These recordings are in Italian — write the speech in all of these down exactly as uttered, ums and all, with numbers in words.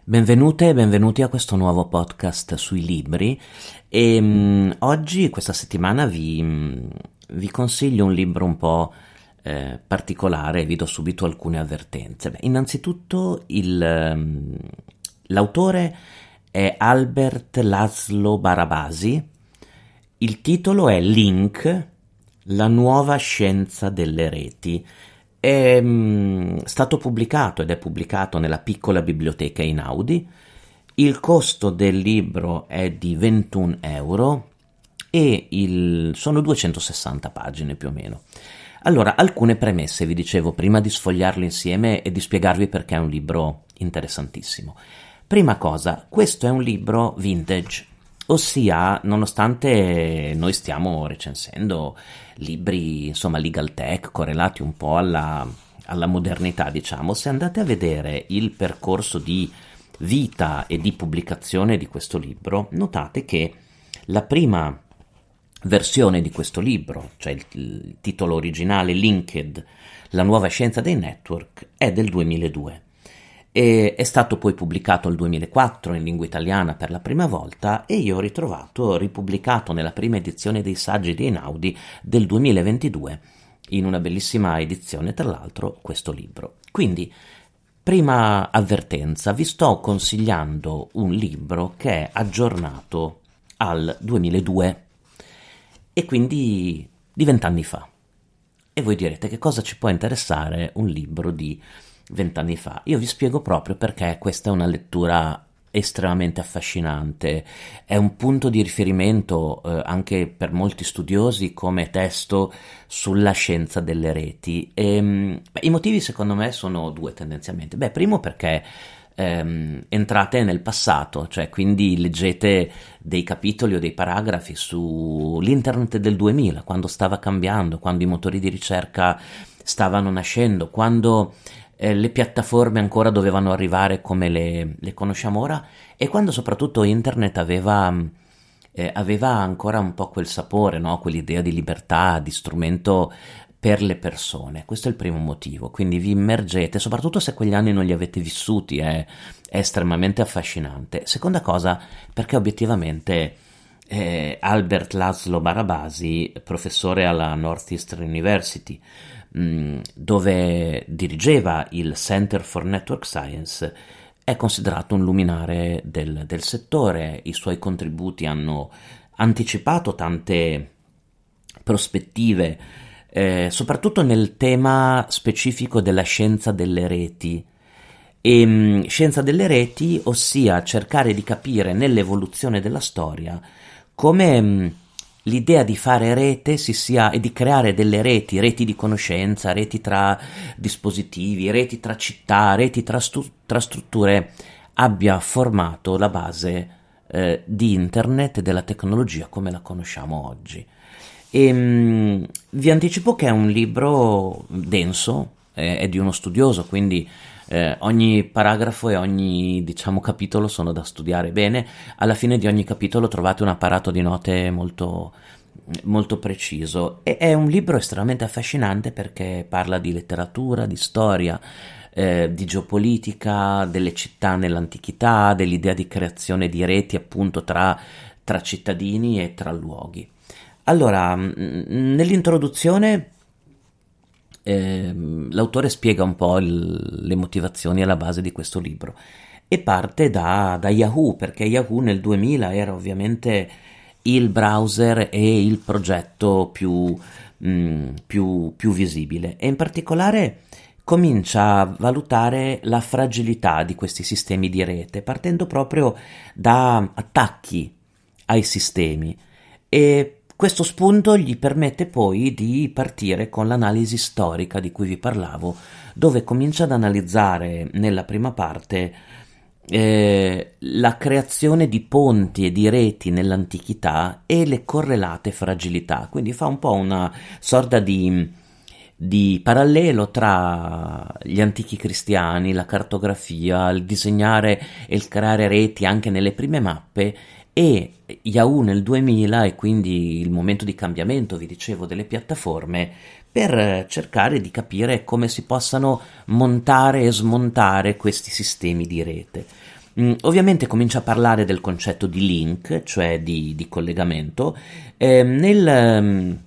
Benvenute e benvenuti a questo nuovo podcast sui libri e mh, oggi, questa settimana, vi, mh, vi consiglio un libro un po' eh, particolare e vi do subito alcune avvertenze. Beh, innanzitutto il, mh, l'autore è Albert Laszlo Barabasi, il titolo è Link, la nuova scienza delle reti. È mh, stato pubblicato ed è pubblicato nella piccola biblioteca Einaudi. Il costo del libro è di ventuno euro e il, sono duecentosessanta pagine più o meno. Allora, alcune premesse vi dicevo prima di sfogliarlo insieme e di spiegarvi perché è un libro interessantissimo. Prima cosa, questo è un libro vintage, ossia, nonostante noi stiamo recensendo libri, insomma, legal tech, correlati un po' alla, alla modernità, diciamo, se andate a vedere il percorso di vita e di pubblicazione di questo libro, notate che la prima versione di questo libro, cioè il, il titolo originale Linked, la nuova scienza dei network, è del duemiladue. E è stato poi pubblicato nel duemilaquattro in lingua italiana per la prima volta e io ho ritrovato ripubblicato nella prima edizione dei saggi di Einaudi del duemilaventidue, in una bellissima edizione tra l'altro, questo libro. Quindi, prima avvertenza, vi sto consigliando un libro che è aggiornato al duemiladue e quindi di vent'anni fa. E voi direte, che cosa ci può interessare un libro di vent'anni fa? Io vi spiego proprio perché questa è una lettura estremamente affascinante, è un punto di riferimento eh, anche per molti studiosi come testo sulla scienza delle reti. E, beh, i motivi secondo me sono due tendenzialmente. Beh, primo perché ehm, entrate nel passato, cioè quindi leggete dei capitoli o dei paragrafi sull'internet del duemila, quando stava cambiando, quando i motori di ricerca stavano nascendo, quando Eh, le piattaforme ancora dovevano arrivare come le, le conosciamo ora e quando soprattutto internet aveva, eh, aveva ancora un po' quel sapore, no? Quell'idea di libertà, di strumento per le persone. Questo è il primo motivo, quindi vi immergete, soprattutto se quegli anni non li avete vissuti, è, è estremamente affascinante. Seconda cosa, perché obiettivamente eh, Albert Laszlo Barabasi, professore alla Northeastern University, dove dirigeva il Center for Network Science, è considerato un luminare del, del settore. I suoi contributi hanno anticipato tante prospettive, eh, soprattutto nel tema specifico della scienza delle reti. E, mh, scienza delle reti, ossia cercare di capire nell'evoluzione della storia come mh, l'idea di fare rete si sia e di creare delle reti, reti di conoscenza, reti tra dispositivi, reti tra città, reti tra, stu- tra strutture, abbia formato la base eh, di internet e della tecnologia come la conosciamo oggi. E, mh, vi anticipo che è un libro denso, eh, è di uno studioso, quindi Eh, ogni paragrafo e ogni, diciamo, capitolo sono da studiare bene. Alla fine di ogni capitolo trovate un apparato di note molto, molto preciso e è un libro estremamente affascinante perché parla di letteratura, di storia, eh, di geopolitica, delle città nell'antichità, dell'idea di creazione di reti appunto tra, tra cittadini e tra luoghi. Allora, mh, nell'introduzione Eh, l'autore spiega un po' il, le motivazioni alla base di questo libro e parte da, da Yahoo, perché Yahoo nel duemila era ovviamente il browser e il progetto più, mh, più, più visibile e in particolare comincia a valutare la fragilità di questi sistemi di rete partendo proprio da attacchi ai sistemi e questo spunto gli permette poi di partire con l'analisi storica di cui vi parlavo, dove comincia ad analizzare nella prima parte eh, la creazione di ponti e di reti nell'antichità e le correlate fragilità. Quindi fa un po' una sorta di, di parallelo tra gli antichi cristiani, la cartografia, il disegnare e il creare reti anche nelle prime mappe e Yahoo nel duemila e quindi il momento di cambiamento, vi dicevo, delle piattaforme per cercare di capire come si possano montare e smontare questi sistemi di rete. Mm, ovviamente comincia a parlare del concetto di link, cioè di, di collegamento. Eh, nel, ehm,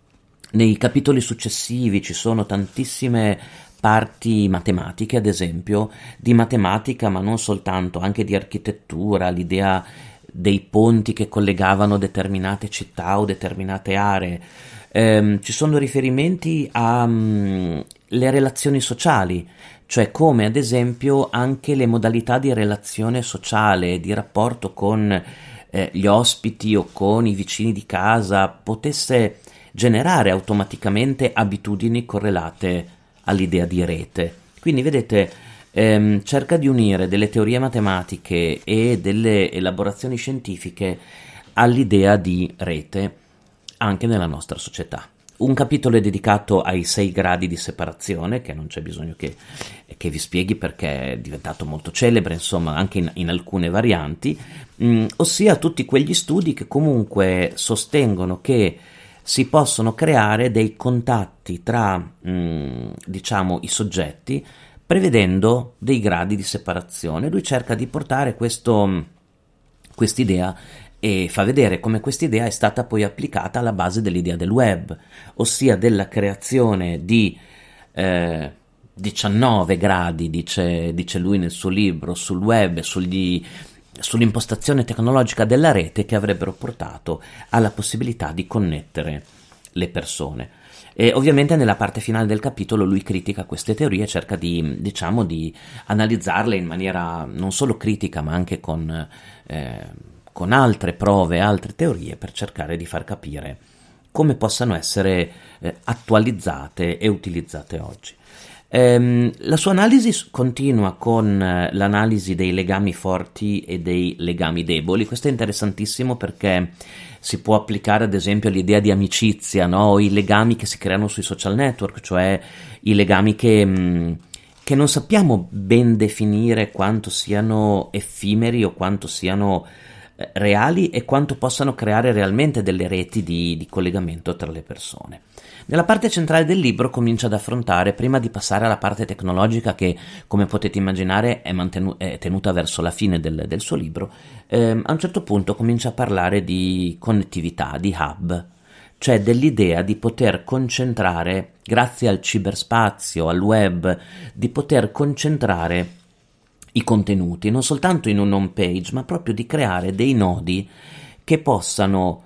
nei capitoli successivi ci sono tantissime parti matematiche, ad esempio, di matematica, ma non soltanto, anche di architettura, l'idea dei ponti che collegavano determinate città o determinate aree. Ehm, ci sono riferimenti alle relazioni sociali, cioè come ad esempio anche le modalità di relazione sociale, di rapporto con eh, gli ospiti o con i vicini di casa potesse generare automaticamente abitudini correlate all'idea di rete. Quindi vedete, ehm, cerca di unire delle teorie matematiche e delle elaborazioni scientifiche all'idea di rete anche nella nostra società. Un capitolo è dedicato ai sei gradi di separazione, che non c'è bisogno che, che vi spieghi perché è diventato molto celebre, insomma, anche in, in alcune varianti, mh, ossia tutti quegli studi che comunque sostengono che si possono creare dei contatti tra, mh, diciamo, i soggetti, prevedendo dei gradi di separazione. Lui cerca di portare questo, quest'idea e fa vedere come quest'idea è stata poi applicata alla base dell'idea del web, ossia della creazione di eh, diciannove gradi, dice, dice lui nel suo libro, sul web, sugli, sull'impostazione tecnologica della rete che avrebbero portato alla possibilità di connettere le persone. E ovviamente nella parte finale del capitolo lui critica queste teorie e cerca di, diciamo, di analizzarle in maniera non solo critica ma anche con... Eh, con altre prove, altre teorie per cercare di far capire come possano essere eh, attualizzate e utilizzate oggi. Ehm, la sua analisi continua con eh, l'analisi dei legami forti e dei legami deboli. Questo è interessantissimo perché si può applicare ad esempio all'idea di amicizia, no? O i legami che si creano sui social network, cioè i legami che... Mh, che non sappiamo ben definire quanto siano effimeri o quanto siano reali e quanto possano creare realmente delle reti di, di collegamento tra le persone. Nella parte centrale del libro comincia ad affrontare, prima di passare alla parte tecnologica che, come potete immaginare, è, mantenu- è tenuta verso la fine del, del suo libro, ehm, a un certo punto comincia a parlare di connettività, di hub, cioè dell'idea di poter concentrare, grazie al ciberspazio, al web, di poter concentrare i contenuti, non soltanto in un home page, ma proprio di creare dei nodi che possano,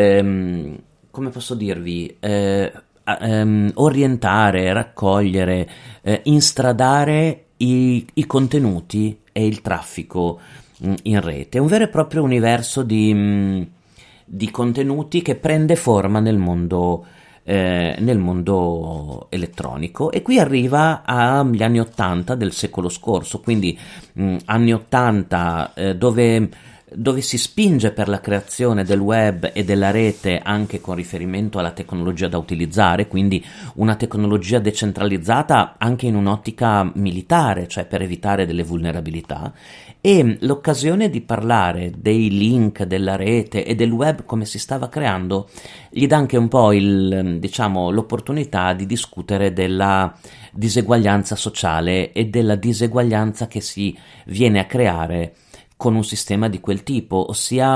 ehm, come posso dirvi, eh, ehm, orientare, raccogliere, eh, instradare i, i contenuti e il traffico mh, in rete. È un vero e proprio universo di, mh, di contenuti che prende forma nel mondo Eh, nel mondo elettronico, e qui arriva agli anni ottanta del secolo scorso, quindi mh, anni ottanta eh, dove, dove si spinge per la creazione del web e della rete anche con riferimento alla tecnologia da utilizzare, quindi una tecnologia decentralizzata anche in un'ottica militare, cioè per evitare delle vulnerabilità. E l'occasione di parlare dei link, della rete e del web come si stava creando gli dà anche un po' il, diciamo, l'opportunità di discutere della diseguaglianza sociale e della diseguaglianza che si viene a creare con un sistema di quel tipo, ossia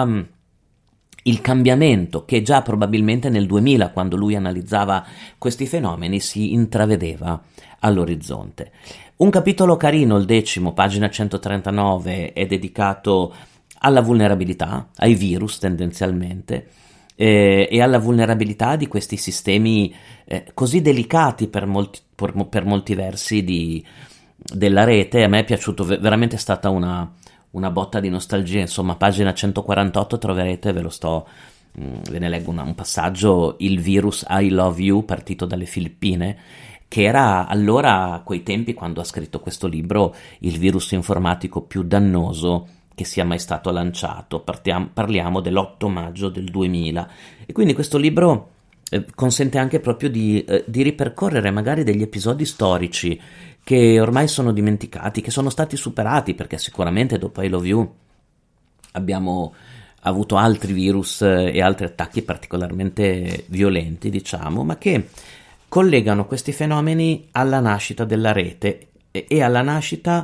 il cambiamento che già probabilmente nel duemila, quando lui analizzava questi fenomeni, si intravedeva all'orizzonte. Un capitolo carino, il decimo, pagina centotrentanove, è dedicato alla vulnerabilità, ai virus tendenzialmente, eh, e alla vulnerabilità di questi sistemi eh, così delicati per molti, per, per molti versi di, della rete. A me è piaciuto, veramente è stata una, una botta di nostalgia, insomma, pagina centoquarantotto troverete, ve lo sto, mh, ve ne leggo una, un passaggio, il virus I Love You, partito dalle Filippine, che era allora, a quei tempi, quando ha scritto questo libro, il virus informatico più dannoso che sia mai stato lanciato. Partiamo, parliamo dell'otto maggio del duemila, e quindi questo libro eh, consente anche proprio di, eh, di ripercorrere magari degli episodi storici che ormai sono dimenticati, che sono stati superati, perché sicuramente dopo I Love You abbiamo avuto altri virus e altri attacchi particolarmente violenti, diciamo, ma che collegano questi fenomeni alla nascita della rete e alla nascita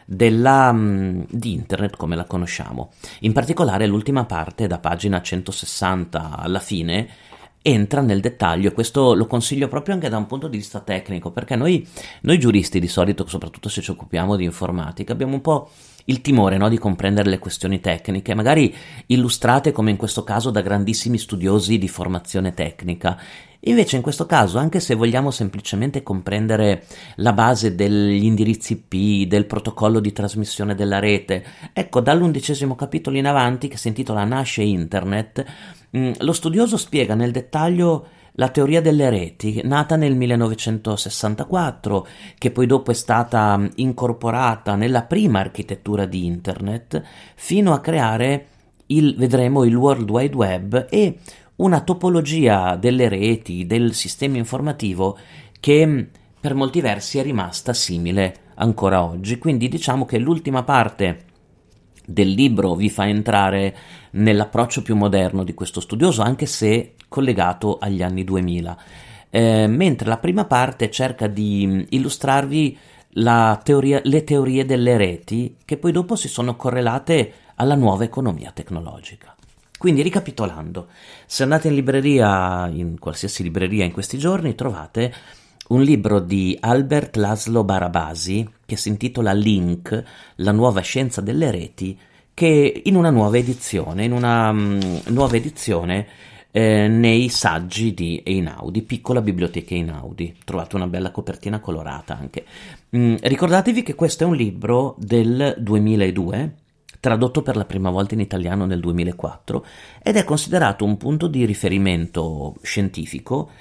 della, mh, di internet come la conosciamo. In particolare l'ultima parte, da pagina centosessanta alla fine, entra nel dettaglio, e questo lo consiglio proprio anche da un punto di vista tecnico, perché noi, noi giuristi di solito, soprattutto se ci occupiamo di informatica, abbiamo un po' il timore, no, di comprendere le questioni tecniche, magari illustrate come in questo caso da grandissimi studiosi di formazione tecnica. Invece in questo caso, anche se vogliamo semplicemente comprendere la base degli indirizzi I P, del protocollo di trasmissione della rete, ecco, dall'undicesimo capitolo in avanti, che si intitola Nasce Internet, mh, lo studioso spiega nel dettaglio la teoria delle reti, nata nel millenovecentosessantaquattro, che poi dopo è stata incorporata nella prima architettura di Internet, fino a creare il, vedremo, il World Wide Web e una topologia delle reti, del sistema informativo che per molti versi è rimasta simile ancora oggi. Quindi diciamo che l'ultima parte del libro vi fa entrare nell'approccio più moderno di questo studioso, anche se collegato agli anni duemila, eh, mentre la prima parte cerca di illustrarvi la teoria, le teorie delle reti, che poi dopo si sono correlate alla nuova economia tecnologica. Quindi, ricapitolando, se andate in libreria, in qualsiasi libreria in questi giorni, trovate un libro di Albert Laszlo Barabasi che si intitola Link, la nuova scienza delle reti, che in una nuova edizione, in una um, nuova edizione eh, nei saggi di Einaudi, piccola biblioteca Einaudi. Trovate una bella copertina colorata anche. Mm, ricordatevi che questo è un libro del duemiladue, tradotto per la prima volta in italiano nel duemilaquattro, ed è considerato un punto di riferimento scientifico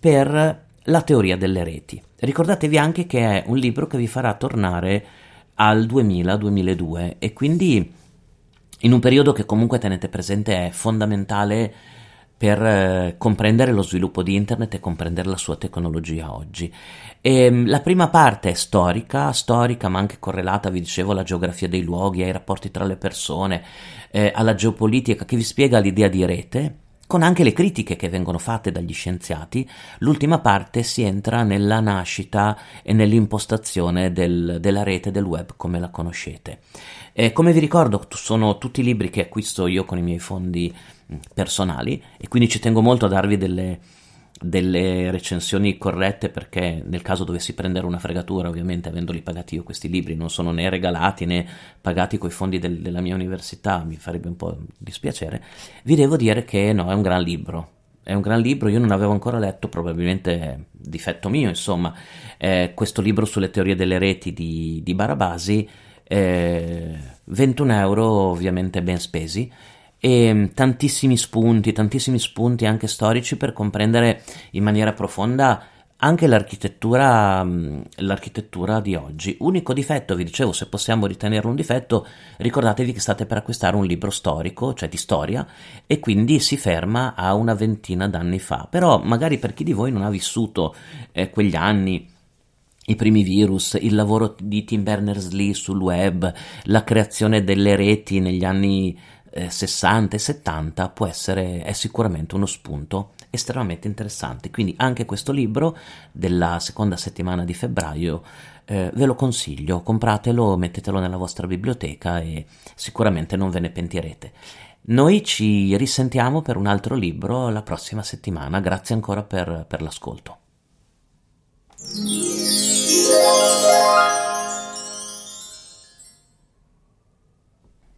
per la teoria delle reti. Ricordatevi anche che è un libro che vi farà tornare al duemila-duemiladue, e quindi in un periodo che comunque, tenete presente, è fondamentale per eh, comprendere lo sviluppo di internet e comprendere la sua tecnologia oggi. E, la prima parte è storica, storica ma anche correlata, vi dicevo, alla geografia dei luoghi, ai rapporti tra le persone, eh, alla geopolitica, che vi spiega l'idea di rete, con anche le critiche che vengono fatte dagli scienziati. L'ultima parte si entra nella nascita e nell'impostazione del, della rete, del web come la conoscete. E come vi ricordo, sono tutti libri che acquisto io con i miei fondi personali, e quindi ci tengo molto a darvi delle, delle recensioni corrette, perché nel caso dovessi prendere una fregatura, ovviamente avendoli pagati io questi libri, non sono né regalati né pagati coi fondi del, della mia università, mi farebbe un po' dispiacere, vi devo dire che no, è un gran libro. È un gran libro, io non avevo ancora letto, probabilmente difetto mio, insomma, eh, questo libro sulle teorie delle reti di, di Barabasi, eh, ventuno euro ovviamente ben spesi, e tantissimi spunti, tantissimi spunti anche storici per comprendere in maniera profonda anche l'architettura, l'architettura di oggi. Unico difetto, vi dicevo, se possiamo ritenerlo un difetto, ricordatevi che state per acquistare un libro storico, cioè di storia, e quindi si ferma a una ventina d'anni fa. Però magari per chi di voi non ha vissuto eh, quegli anni, i primi virus, il lavoro di Tim Berners-Lee sul web, la creazione delle reti negli anni eh, sessanta e settanta, può essere, è sicuramente uno spunto estremamente interessante. Quindi anche questo libro della seconda settimana di febbraio eh, ve lo consiglio, compratelo, mettetelo nella vostra biblioteca e sicuramente non ve ne pentirete. Noi ci risentiamo per un altro libro la prossima settimana. Grazie ancora per, per l'ascolto.